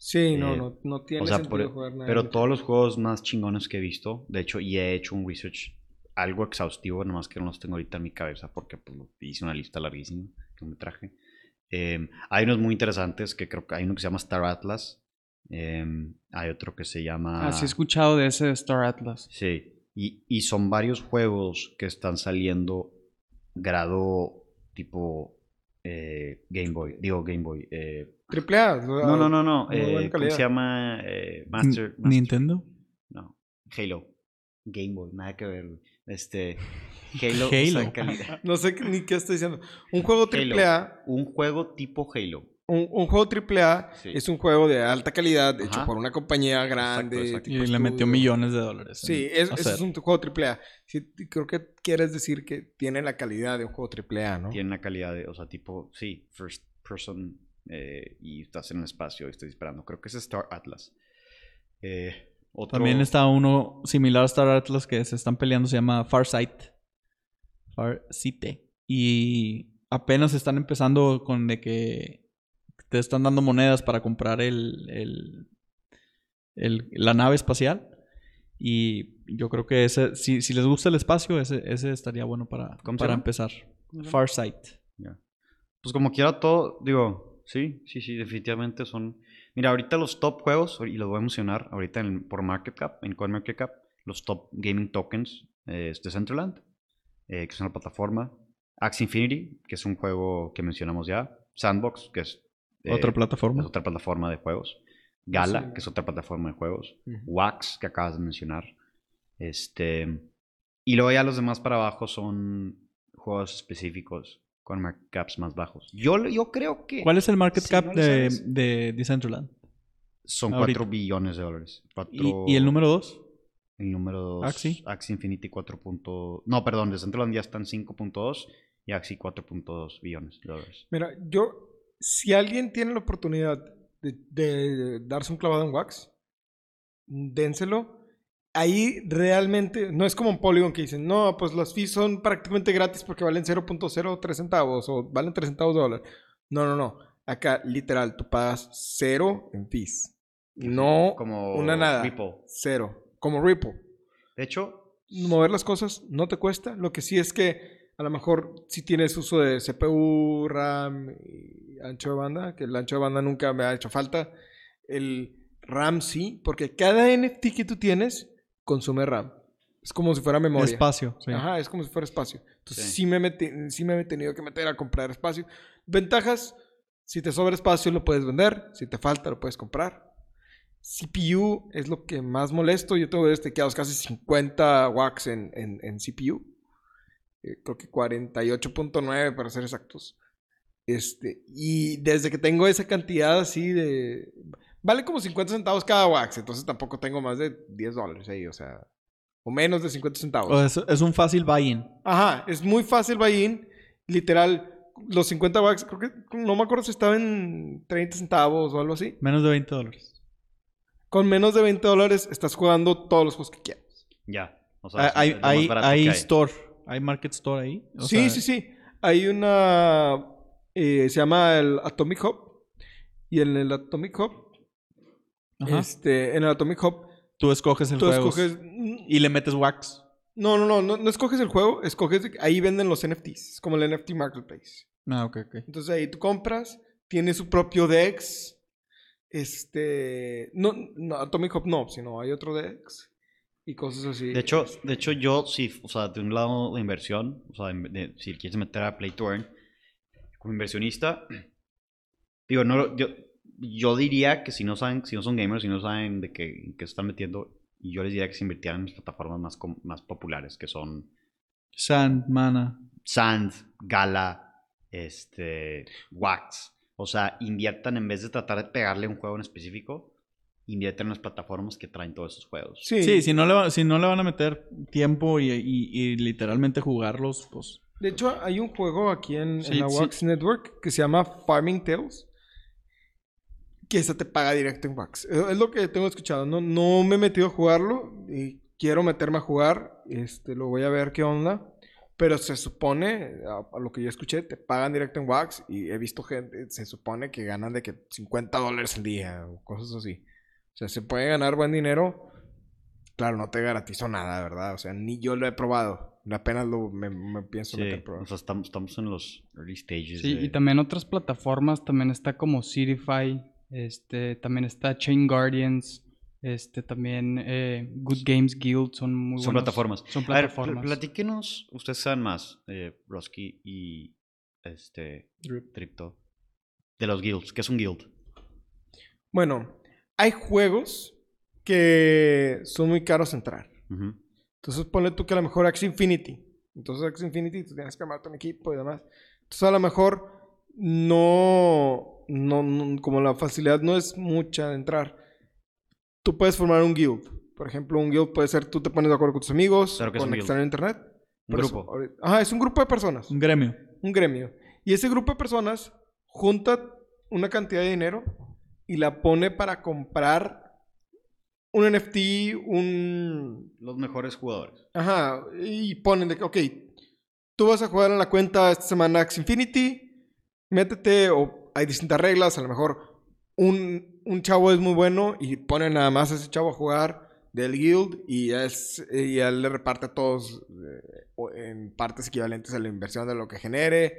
Sí, no, Eh, no, no tiene O sea, sentido por- jugar nada. pero en todos los juegos más chingones que he visto, de hecho, y he hecho un research algo exhaustivo, nomás que no los tengo ahorita en mi cabeza porque pues, hice una lista larguísima que me traje. Eh, hay unos muy interesantes que creo que hay uno que se llama Star Atlas. eh, hay otro que se llama... Así he escuchado de ese Star Atlas. Sí, y, y son varios juegos que están saliendo grado tipo eh, Game Boy, digo Game Boy. eh, Triple A. no, no, no, no. muy eh, buena ¿Cómo calidad. se llama? Eh, Master, N- Master- Nintendo. No, Halo. Game Boy, nada que ver. güey. Este, Halo. Halo. o sea, calidad. No sé qué- ni qué estoy diciendo. Un juego triple A, Un juego tipo Halo. un, un juego triple A Sí. es un juego de alta calidad hecho Ajá. por una compañía grande. Exacto, exacto. tipo Y le metió estudio. millones de dólares. Sí, en es, ese hacer. es un juego triple A. Sí, creo que quieres decir que tiene la calidad de un juego triple A, ¿no? Tiene una calidad de, o sea, tipo, sí, first person eh, y estás en el espacio y estoy disparando. Creo que es Star Atlas. Eh, otro... También está uno similar a Star Atlas que se están peleando, se llama Farsight. Farsight. Y apenas están empezando con de que te están dando monedas para comprar el, el, el- la nave espacial. Y yo creo que ese, si, si les gusta el espacio, ese, ese estaría bueno para, ¿Cómo se para llama? empezar. ¿Cómo se llama? Farsight. Ya. Pues como quiera todo, digo, sí, sí, sí, definitivamente son... Mira, ahorita los top juegos, y los voy a mencionar ahorita en- por Market Cap, en CoinMarketCap, los top gaming tokens eh, es Decentraland, eh, que es una plataforma, Axie Infinity, que es un juego que mencionamos ya, Sandbox, que es... eh, Otra plataforma. es otra plataforma de juegos, Gala, Sí. que es otra plataforma de juegos, Ujú. Wax, que acabas de mencionar, este... Y luego ya los demás para abajo son juegos específicos con market caps más bajos. Yo, yo creo que ¿Cuál es el market si cap no le de, sabes, de Decentraland? son ahorita? cuatro billones de dólares. ¿Y, Cuatro- y el número dos? El número dos. Axie. Axie Infinity cuatro. No, perdón, Decentraland ya está en cinco punto dos y Axie cuatro punto dos billones de dólares. Mira, yo, si alguien tiene la oportunidad de, de darse un clavado en Wax, dénselo. Ahí realmente, no es como en Polygon que dicen, no, pues las fees son prácticamente gratis porque valen cero punto cero tres centavos o valen tres centavos de dólar. No, no, no. Acá, literal, tú pagas cero en fees. No Como una nada. Ripple. Cero. Como Ripple. De hecho, Mover las cosas no te cuesta. Lo que sí es que a lo mejor si tienes uso de C P U, RAM y ancho de banda, que el ancho de banda nunca me ha hecho falta. El RAM sí, porque cada N F T que tú tienes consume RAM. Es como si fuera memoria. Espacio. Sí. Ajá, es como si fuera espacio. Entonces sí, Sí. me, meti- sí me he tenido que meter a comprar espacio. Ventajas, si te sobra espacio lo puedes vender, si te falta lo puedes comprar. C P U es lo que más molesto. Yo tengo destequeados casi cincuenta wax en, en, en C P U. Eh, creo que cuarenta y ocho punto nueve para ser exactos. Este, y desde que tengo esa cantidad así de... Vale como cincuenta centavos cada wax, entonces tampoco tengo más de diez dólares ahí, o sea... O menos de cincuenta centavos. O es, es un fácil buy-in. Ajá, es muy fácil buy-in. Literal, los cincuenta wax, creo que... No me acuerdo si estaba en treinta centavos o algo así. Menos de veinte dólares. Con menos de veinte dólares estás jugando todos los juegos que quieras. ya. O sea, Ah, Hay, es lo más hay, barato hay que hay. store. Hay market store ahí. O Sí, sea, sí, sí. Hay una... eh, se llama el Atomic Hub. Y en el Atomic Hub... ajá. Este, en el Atomic Hub... Tú escoges el Tú juego. escoges... Y le metes wax. No, no, no, no, no escoges el juego, escoges... Ahí venden los N F Ts. Es como el N F T Marketplace. Ah, ok, ok. Entonces ahí tú compras, tiene su propio DEX. Este... No, no, Atomic Hub no, sino hay otro DEX. Y cosas así. De hecho, de hecho, yo sí, o sea, de un lado de inversión, o sea, de- de- si quieres meter a Play to Earn, como inversionista, digo, no, yo, yo diría que si no saben, si no son gamers, si no saben de qué, en qué se están metiendo, yo les diría que se invirtieran en las plataformas más, com- más populares, que son Sand, mana. Sand, Gala, este, Wax. O sea, inviertan en vez de tratar de pegarle un juego en específico, inviertan en las plataformas que traen todos esos juegos. Sí. Sí, si, no le va- si no le van a meter tiempo y, y- y literalmente jugarlos, pues... De hecho, hay un juego aquí en, Sí, en la sí. Wax Network que se llama Farming Tales. Que esa te paga directo en Wax. Es es lo que tengo escuchado. No, no me he metido a jugarlo. Y quiero meterme a jugar. Este, lo voy a ver qué onda. Pero se supone, a, a lo que yo escuché, te pagan directo en Wax y he visto gente, se supone que ganan de que cincuenta dólares al día o cosas así. O sea, se puede ganar buen dinero. Claro, no te garantizo nada, ¿verdad? O sea, ni yo lo he probado. Apenas lo, me, me pienso Sí, meter a probar. o sea, estamos, estamos en los early stages. Sí, de... y también otras plataformas, también está como Citify, este, también está Chain Guardians, este, también eh, Good Games Guild, son muy Son buenos- plataformas. Son A ver, plataformas. pl- platíquenos, ustedes saben más, eh, Roski y este Tripto, de los guilds. ¿Qué es un guild? Bueno, hay juegos que son muy caros entrar. Ujú. Entonces ponle tú que a lo mejor Axie Infinity. Entonces Axie Infinity tú tienes que armarte un equipo y demás. Entonces a lo mejor no, no, no- como la facilidad no es mucha de entrar, tú puedes formar un guild. Por ejemplo, un guild puede ser tú te pones de acuerdo con tus amigos, Claro que es con un el que están en internet. Un Por eso, grupo. ahorita- ajá, es un grupo de personas, Un gremio. un gremio. Y ese grupo de personas junta una cantidad de dinero y la pone para comprar un N F T, un... Los mejores jugadores. Ajá, y ponen de que, ok, tú vas a jugar en la cuenta esta semana Axie Infinity, métete, o hay distintas reglas, a lo mejor un, un chavo es muy bueno y ponen nada más a ese chavo a jugar del guild y, es, y él le reparte a todos eh, o en partes equivalentes a la inversión de lo que genere.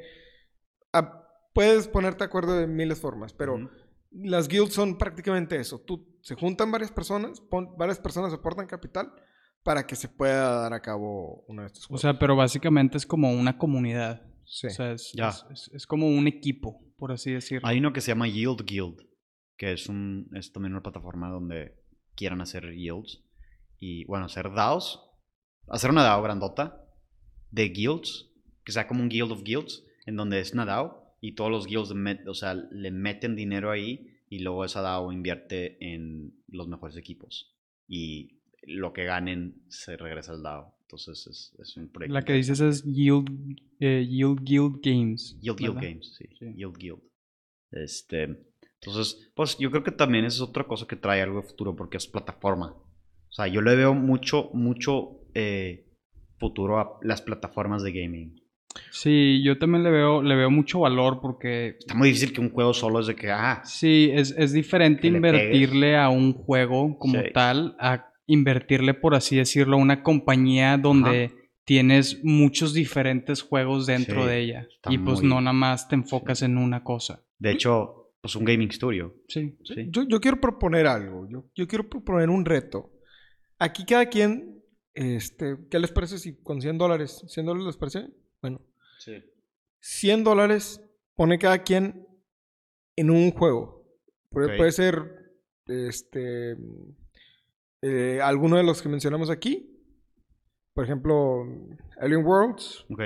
Ah, puedes ponerte de acuerdo de miles de formas, pero... Ujú. Las guilds son prácticamente eso. Tú, se juntan varias personas, pon- varias personas aportan capital para que se pueda dar a cabo uno de estos O juegos. sea, pero básicamente es como una comunidad. Sí. O sea, es, Ya. es, es- es como un equipo, por así decirlo. Hay uno que se llama Yield Guild, que es, un, es también una plataforma donde quieran hacer yields. Y bueno, hacer DAOs. Hacer una DAO grandota de guilds, que sea como un Guild of Guilds, en donde es una DAO y todos los guilds met- o sea, le meten dinero ahí y luego esa DAO invierte en los mejores equipos. Y lo que ganen se regresa al DAO. Entonces es, es un proyecto. La que dices es Yield, eh, Yield Guild Games. Yield Guild ¿verdad? Games, sí. Sí. Yield Guild. Este, entonces, pues yo creo que también es otra cosa que trae algo de futuro porque es plataforma. O sea, yo le veo mucho, mucho eh, futuro a las plataformas de gaming. Sí, yo también le veo, le veo mucho valor porque Está muy difícil que un juego solo es de que, ah, sí, es, es diferente Que le invertirle a un juego como Sí. tal a invertirle, por así decirlo, a una compañía donde tienes muchos diferentes juegos dentro Sí, de ella. está Y pues muy- no nada más te enfocas en una cosa. de hecho, pues un gaming studio. Sí. Sí. Yo, yo quiero proponer algo. Yo, yo quiero proponer un reto. Aquí cada quien, este, ¿qué les parece si con cien dólares? ¿cien dólares les parece? Bueno, Sí. cien dólares pone cada quien en un juego. Puede, Ok. puede ser este eh, alguno de los que mencionamos aquí. Por ejemplo, Alien Worlds. Ok.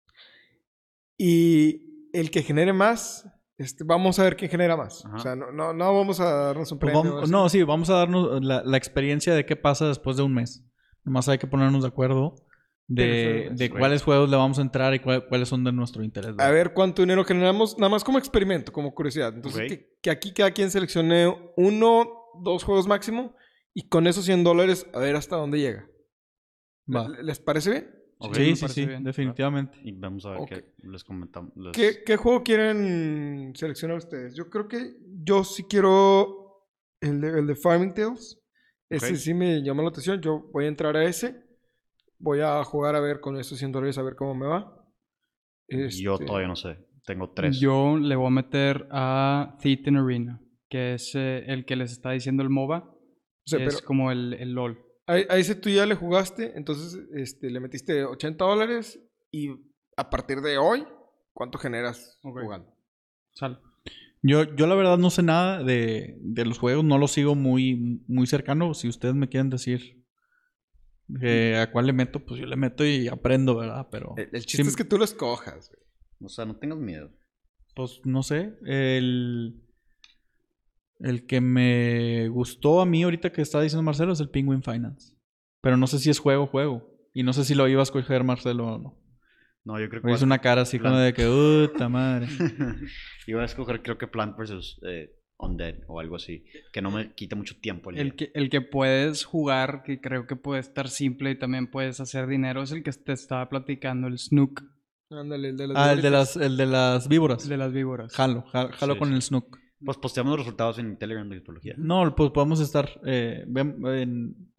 Y el que genere más, este, vamos a ver quién genera más. Ajá. O sea, no, no, no vamos a darnos un Pues premio. vamos- así. no, sí, vamos a darnos la, la experiencia de qué pasa después de un mes. Nomás hay que ponernos de acuerdo de, Perfecto. de cuáles juegos le vamos a entrar y cuál- cuáles son de nuestro interés. A ver cuánto dinero generamos, nada más como experimento, como curiosidad. Entonces, Ok. que, que aquí cada quien seleccione uno, dos juegos máximo y con esos cien dólares a ver hasta dónde llega. Va. ¿Le- ¿Les parece bien? Ok. Sí, me sí, parece sí, bien. definitivamente. Y vamos a ver Ok. qué les comentamos. les- ¿Qué, qué juego quieren seleccionar ustedes? Yo creo que yo sí quiero el de, el de Farming Tales. Ese Ok. sí me llamó la atención. Yo voy a entrar a ese. Voy a jugar a ver con esos cien dólares a ver cómo me va. Yo Este, todavía no sé. Tengo tres. Yo le voy a meter a Thetan Arena, que es eh, el que les está diciendo el MOBA. o sea, es pero como el, el LOL. a, a ese tú ya le jugaste, entonces este, le metiste ochenta dólares y a partir de hoy, ¿cuánto generas Ok. jugando? Sal. Yo, yo la verdad no sé nada de, de los juegos, no los sigo muy, muy cercano. Si ustedes me quieren decir eh, a cuál le meto, pues yo le meto y aprendo, ¿verdad? Pero El, el chiste sí, es que tú lo escojas. güey. O sea, no tengas miedo. pues no sé, el, el que me gustó a mí ahorita que estaba diciendo Marcelo es el Penguin Finance. Pero no sé si es juego juego. Y no sé si lo iba a escoger Marcelo o no. No, yo creo que Me voy hizo a- una cara así como Plan- de que, puta madre. Iba a escoger, creo que Plant versus. Eh, Undead o algo así. Que no me quite mucho tiempo. El, El día. que, el que puedes jugar, que creo que puede estar simple y también puedes hacer dinero, es el que te estaba platicando, el Snook Ándale, el de las Ah, el de víboritas. las, el de las víboras. de las víboras. Jalo, jalo, jalo Sí, con sí. el Snook. Pues posteamos los resultados en Telegram de criptología. No, pues podemos estar eh, ven- en,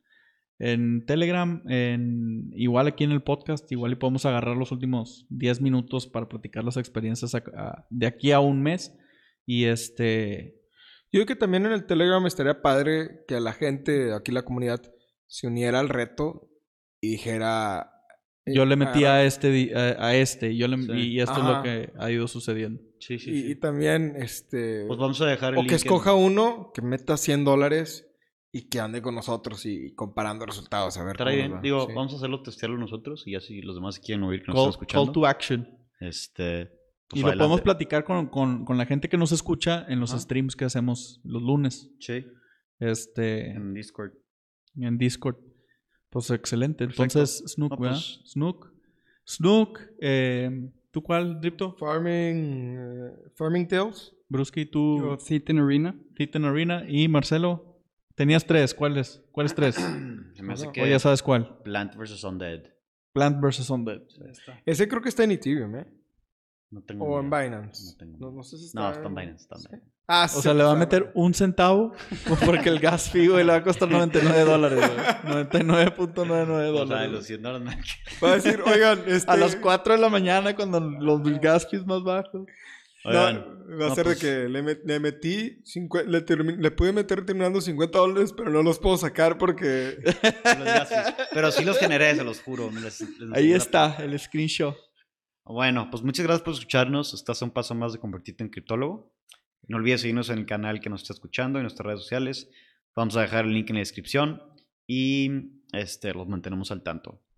en Telegram, en, igual aquí en el podcast, igual y podemos agarrar los últimos diez minutos para platicar las experiencias a- a- de aquí a un mes. Y este... Yo creo que también en el Telegram estaría padre que la gente, aquí la comunidad, se uniera al reto y dijera... eh, Yo le metí agarra- a este, di- a, a este yo le, Sí. y esto es Ajá. lo que ha ido sucediendo. Sí, sí, Y, sí. y también, este... Pues vamos a dejar el o que link en- escoja uno que meta cien dólares y que ande con nosotros y comparando resultados. A ver Estará cómo bien. nos va. Digo, Sí. vamos a hacerlo, testearlo nosotros y ya si los demás quieren oír que nos Call, están escuchando. call to action. Este, pues y lo adelante. podemos platicar con, con, con la gente que nos escucha en los Ajá. streams que hacemos los lunes. Sí, Este, en Discord. en Discord. Pues excelente. Perfecto. Entonces, Snook, No, ¿verdad? pues- Snook. Snook, eh, ¿tú cuál, Dripto? Farming... eh, Farming Tales. Brusky, Yo, tú, Thetan Arena. Titan Arena y Marcelo. Tenías tres, ¿cuáles? ¿Cuáles tres? Se me hace Ajá. que O ya sabes cuál. Plant versus Undead. Plant versus Undead. Ese creo que está en Ethereum, ¿eh? No tengo O ni en idea. Binance. No tengo No, ni no sé si No, está está en Binance, está en Binance. Ah, O sea, le va a meter un centavo porque el gas fee, güey, le va a costar noventa y nueve dólares, güey. noventa y nueve punto noventa y nueve O sea, dólares. de los cien dólares. Va a decir, oigan, este... A las cuatro de la mañana cuando los gas fees más bajos. Oigan, no, va a no, ser pues, de que le, met- le metí... cincue- le, termi- le pude meter terminando cincuenta dólares, pero no los puedo sacar porque... los gastos. Pero sí los generé, se los juro. me les- les Ahí enseño la- está el screenshot. Bueno, pues muchas gracias por escucharnos. Estás a un paso más de convertirte en criptólogo. No olvides seguirnos en el canal que nos está escuchando, en nuestras redes sociales. Vamos a dejar el link en la descripción y este, los mantenemos al tanto.